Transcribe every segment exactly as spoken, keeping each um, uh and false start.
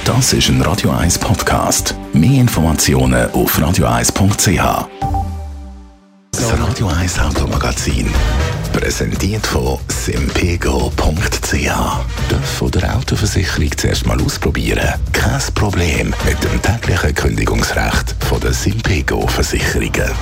Das ist ein Radio eins Podcast. Mehr Informationen auf radio eins punkt c h. Das Radio eins Automagazin, präsentiert von simpego punkt c h. Darf der Autoversicherung zuerst mal ausprobieren? Kein Problem mit dem täglichen Kündigungsrecht von der Simpego-Versicherungen.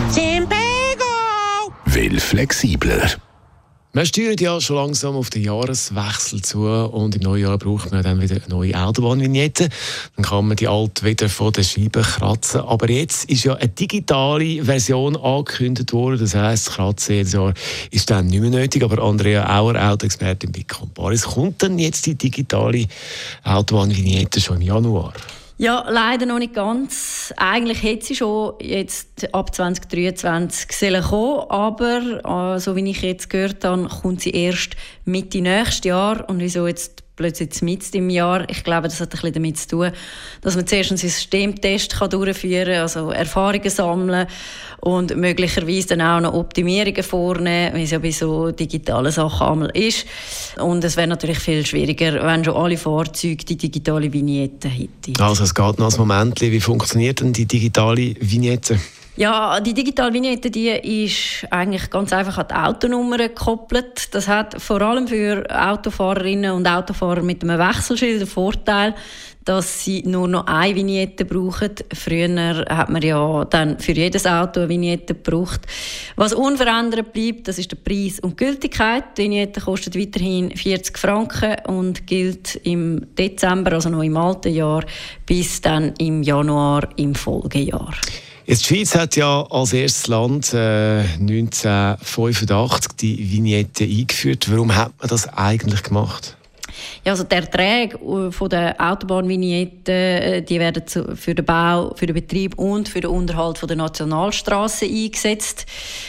Simpego! Will flexibler. Wir steuern ja schon langsam auf den Jahreswechsel zu und im neuen Jahr braucht man dann wieder eine neue Autobahnvignette. Dann kann man die alte wieder von der Scheibe kratzen. Aber jetzt ist ja eine digitale Version angekündigt worden. Das heisst, Kratzen jedes Jahr ist dann nicht mehr nötig. Aber Andrea Auer, Autoexpertin bei Comparis, kommt dann jetzt die digitale Autobahnvignette schon im Januar? Ja, leider noch nicht ganz. Eigentlich hätte sie schon jetzt ab zwanzig dreiundzwanzig sollen kommen, aber äh, so wie ich jetzt gehört habe, kommt sie erst Mitte nächstes Jahr. Und wieso jetzt plötzlich mitten im Jahr? Ich glaube, das hat ein bisschen damit zu tun, dass man zuerst einen Systemtest kann durchführen kann, also Erfahrungen sammeln und möglicherweise dann auch noch Optimierungen vornehmen, wie es ja bei so digitalen Sachen einmal ist. Und es wäre natürlich viel schwieriger, wenn schon alle Fahrzeuge die digitale Vignette hätten. Also es geht noch ein Moment. Wie funktioniert denn die digitale Vignette? Ja, die digitale Vignette, die ist eigentlich ganz einfach an die Autonummer gekoppelt. Das hat vor allem für Autofahrerinnen und Autofahrer mit einem Wechselschild den Vorteil, dass sie nur noch eine Vignette brauchen. Früher hat man ja dann für jedes Auto eine Vignette gebraucht. Was unverändert bleibt, das ist der Preis und die Gültigkeit. Die Vignette kostet weiterhin vierzig Franken und gilt im Dezember, also noch im alten Jahr, bis dann im Januar im Folgejahr. Jetzt, die Schweiz hat ja als erstes Land äh, neunzehnhundertfünfundachtzig die Vignette eingeführt. Warum hat man das eigentlich gemacht? Ja, also die Erträge von der Autobahnvignette, die werden für den Bau, für den Betrieb und für den Unterhalt der Nationalstrassen eingesetzt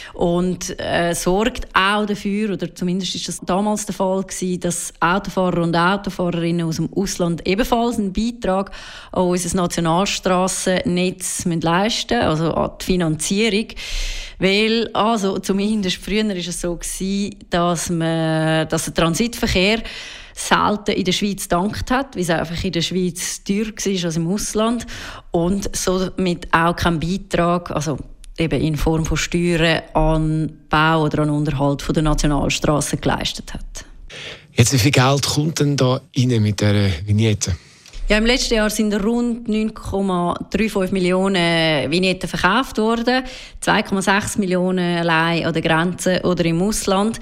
und äh, sorgt auch dafür, oder zumindest ist das damals der Fall gewesen, dass Autofahrer und Autofahrerinnen aus dem Ausland ebenfalls einen Beitrag an unser Nationalstrassennetz leisten müssen, also an die Finanzierung. Weil, also zumindest früher war es so gewesen, dass man, dass der Transitverkehr selten in der Schweiz gedankt hat, weil es einfach in der Schweiz teurer war als im Ausland und somit auch keinen Beitrag, also eben in Form von Steuern an Bau oder an Unterhalt von der Nationalstrassen geleistet hat. Jetzt, wie viel Geld kommt denn da rein mit dieser Vignette? Ja, im letzten Jahr sind rund neun Komma fünfunddreißig Millionen Vignetten verkauft worden, zwei Komma sechs Millionen allein an der Grenze oder im Ausland.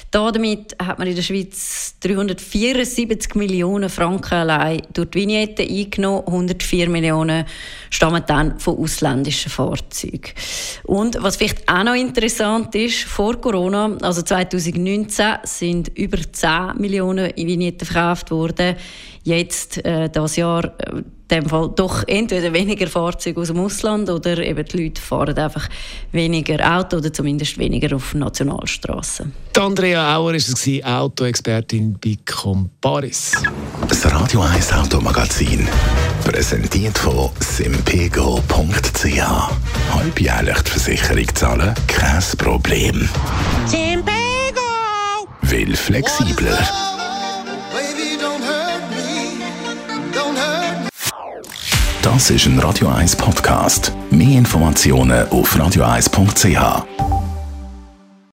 Damit hat man in der Schweiz dreihundertvierundsiebzig Millionen Franken allein durch die Vignetten eingenommen. hundertvier Millionen stammen dann von ausländischen Fahrzeugen. Und was vielleicht auch noch interessant ist, vor Corona, also zwanzig neunzehn, sind über zehn Millionen Vignetten verkauft worden. Jetzt, äh, dieses Jahr, äh, in dem Fall doch entweder weniger Fahrzeuge aus dem Ausland oder eben die Leute fahren einfach weniger Auto oder zumindest weniger auf Nationalstrassen. Die Andrea Auer war es, Autoexpertin bei Comparis. Das Radio eins Automagazin, präsentiert von simpego punkt c h. Halbjährlich die Versicherung zahlen, kein Problem. Simpego! Will flexibler. Das ist ein Radio eins Podcast. Mehr Informationen auf radio eins punkt c h.